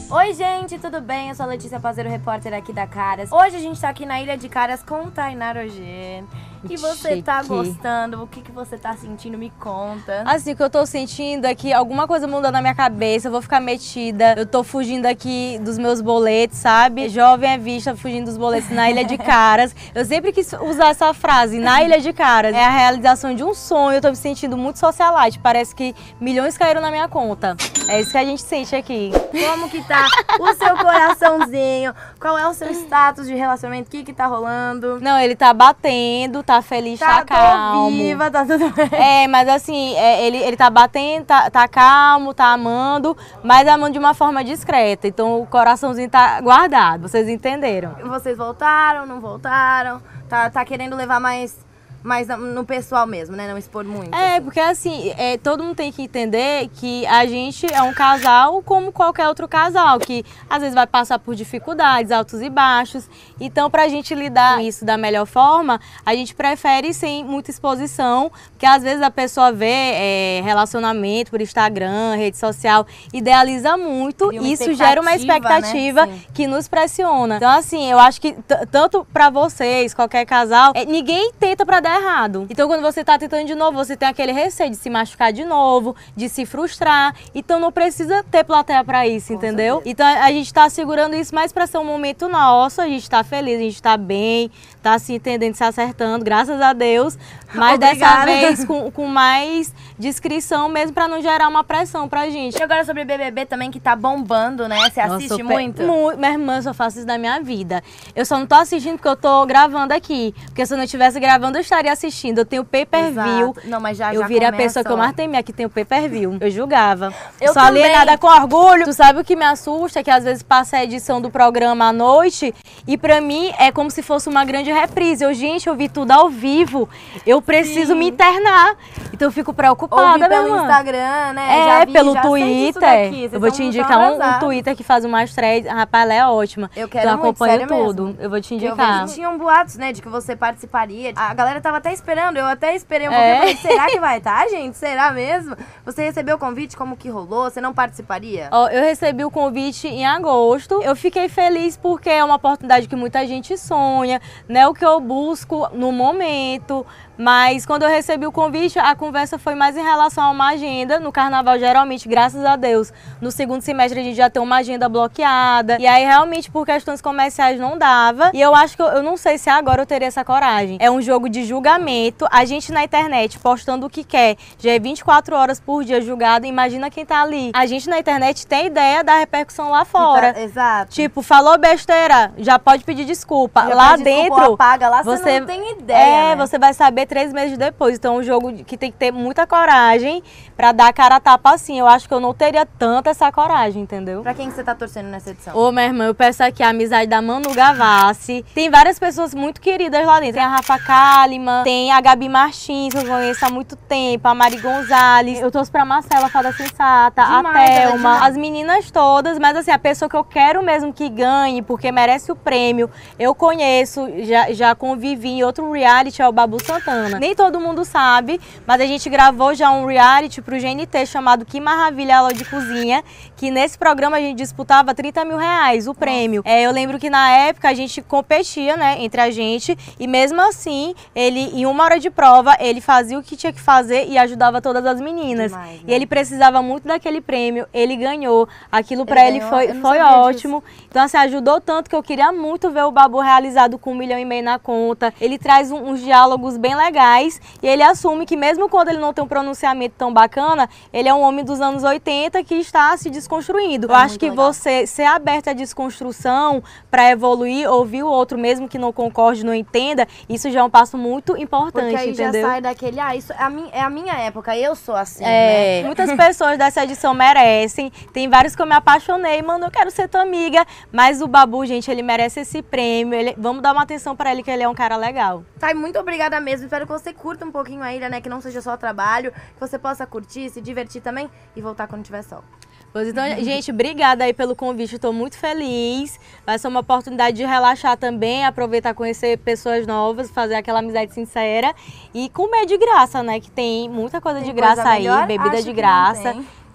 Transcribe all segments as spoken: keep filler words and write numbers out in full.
Oi gente, tudo bem? Eu sou a Letícia Pazeiro, repórter aqui da Caras. Hoje a gente tá aqui na Ilha de Caras com Tainá Rogê. E você Chique. tá gostando? O que, que você tá sentindo? Me conta. Assim, o que eu tô sentindo é que alguma coisa mudou na minha cabeça, eu vou ficar metida. Eu tô fugindo aqui dos meus boletos, sabe? Jovem é vista fugindo dos boletos na Ilha de Caras. Eu sempre quis usar essa frase, na Ilha de Caras. É a realização de um sonho, eu tô me sentindo muito socialite. Parece que milhões caíram na minha conta. É isso que a gente sente aqui. Como que tá o seu coraçãozinho? Qual é o seu status de relacionamento? O que que tá rolando? Não, ele tá batendo, tá feliz, tá, Tá, calmo. tô viva, tá tudo bem. É, mas assim, é, ele, ele tá batendo, tá, tá calmo, tá amando, mas amando de uma forma discreta. Então o coraçãozinho tá guardado, vocês entenderam? Vocês voltaram, não voltaram? Tá, tá querendo levar mais, mais no pessoal mesmo, né? Não expor muito. É, assim. porque assim, é, todo mundo tem que entender que a gente é um casal como qualquer outro casal, que às vezes vai passar por dificuldades, altos e baixos. Então, pra gente lidar com isso da melhor forma, a gente prefere sem muita exposição, porque às vezes a pessoa vê é, relacionamento por Instagram, rede social, idealiza muito, e isso gera uma expectativa, né? Que nos pressiona. Então, assim, eu acho que tanto pra vocês, qualquer casal, é, ninguém tenta pra dar errado. Então, quando você tá tentando de novo, você tem aquele receio de se machucar de novo, de se frustrar. Então, não precisa ter plateia pra isso, com entendeu? Certeza. Então, a gente tá segurando isso mais pra ser um momento nosso, a gente tá feliz, a gente tá bem, tá se entendendo, se acertando, graças a Deus. Mas dessa vez com, com mais discrição mesmo, pra não gerar uma pressão pra gente. E agora sobre B B B também, que tá bombando, né? Você assiste Nossa, muito? muito? Minha irmã, eu só faço isso na minha vida. Eu só não tô assistindo porque eu tô gravando aqui. Porque se eu não estivesse gravando, eu estaria assistindo. Eu tenho pay-per-view. Não, mas já, eu já virei começa, a pessoa que eu mais temia que tem o pay-per-view. Eu julgava. Eu só também. alienada com orgulho. Tu sabe o que me assusta? Que às vezes passa a edição do programa à noite e pra mim é como se fosse uma grande reprise. Eu, gente, eu vi tudo ao vivo. Eu preciso Sim. me internar. Então eu fico preocupada, Ouvi pelo minha irmã. Instagram, né? É, já vi, pelo já Twitter. Eu vou te indicar um, um Twitter que faz umas três. Rapaz, ela é ótima. Eu quero então, muito, acompanho sério tudo. Mesmo. Eu vou te Eu indicar. vejo, tinham boatos, né, de que você participaria. A galera tava até esperando, eu até esperei um pouquinho. É. Falei, será que vai estar, gente? Será mesmo? Você recebeu o convite? Como que rolou? Você não participaria? Ó, eu recebi o convite em agosto. Eu fiquei feliz porque é uma oportunidade que muita gente sonha, né? O que eu busco no momento. Mas quando eu recebi o convite, a conversa foi mais em relação a uma agenda. No carnaval, geralmente, graças a Deus, no segundo semestre a gente já tem uma agenda bloqueada. E aí, realmente, por questões comerciais, não dava. E eu acho que, eu, eu não sei se agora eu teria essa coragem. É um jogo de julgamento. A gente na internet, postando o que quer, já é vinte e quatro horas por dia julgado. Imagina quem tá ali. A gente na internet tem ideia da repercussão lá fora. Tá, exato. Tipo, falou besteira, já pode pedir desculpa. Já lá pede dentro, desculpa, apaga. Lá você, você não tem ideia, É, né? você vai saber três meses depois. Então é um jogo que tem que ter muita coragem pra dar a cara a tapa assim. Eu acho que eu não teria tanta essa coragem, entendeu? Pra quem que você tá torcendo nessa edição? Ô, minha irmã, eu peço aqui a amizade da Manu Gavassi. Tem várias pessoas muito queridas lá dentro. Tem a Rafa Kalimann, tem a Gabi Martins, que eu conheço há muito tempo, a Mari Gonzalez. Eu torço pra Marcela, Fada Sensata, demais, a Thelma, as meninas todas. Mas assim, a pessoa que eu quero mesmo que ganhe, porque merece o prêmio, eu conheço, já, já convivi em outro reality, é o Babu Santana. Nem todo mundo sabe, mas a gente gravou já um reality pro G N T chamado Que Maravilha Aula de Cozinha, que nesse programa a gente disputava trinta mil reais, o prêmio. É, eu lembro que na época a gente competia, né, entre a gente, e mesmo assim, ele, em uma hora de prova, ele fazia o que tinha que fazer e ajudava todas as meninas. Demais, né? E ele precisava muito daquele prêmio, ele ganhou. Aquilo pra ele, ele foi, foi ótimo. Disso. Então, assim, ajudou tanto que eu queria muito ver o Babu realizado com um milhão e meio na conta. Ele traz um, uns diálogos bem legais e ele assume que mesmo quando ele não tem um pronunciamento tão bacana, ele é um homem dos anos oitenta que está se desconstruindo. É eu acho que legal. Você ser aberto à desconstrução para evoluir, ouvir o outro mesmo que não concorde, não entenda, isso já é um passo muito importante, porque aí entendeu? Já sai daquele, ah, isso é a, minha, é a minha época, eu sou assim, é, né? Muitas pessoas dessa edição merecem, tem vários que eu me apaixonei, mano, eu quero ser tua amiga, mas o Babu, gente, ele merece esse prêmio, ele, vamos dar uma atenção para ele que ele é um cara legal. Thay, muito obrigada mesmo, espero que você curta um pouquinho a ilha, né, que não seja só trabalho, que você possa curtir, se divertir também e voltar quando tiver sol. Pois então, gente, obrigada aí pelo convite, estou muito feliz. Vai ser uma oportunidade de relaxar também, aproveitar, conhecer pessoas novas, fazer aquela amizade sincera e comer de graça, né? Que tem muita coisa tem de graça coisa aí, bebida Acho de graça.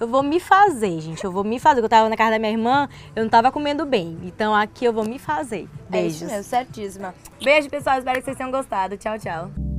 eu vou me fazer, gente. Eu vou me fazer. Eu tava na casa da minha irmã, eu não tava comendo bem. Então aqui eu vou me fazer. Beijos. É isso mesmo, certíssima. Beijo, pessoal. Espero que vocês tenham gostado. Tchau, tchau.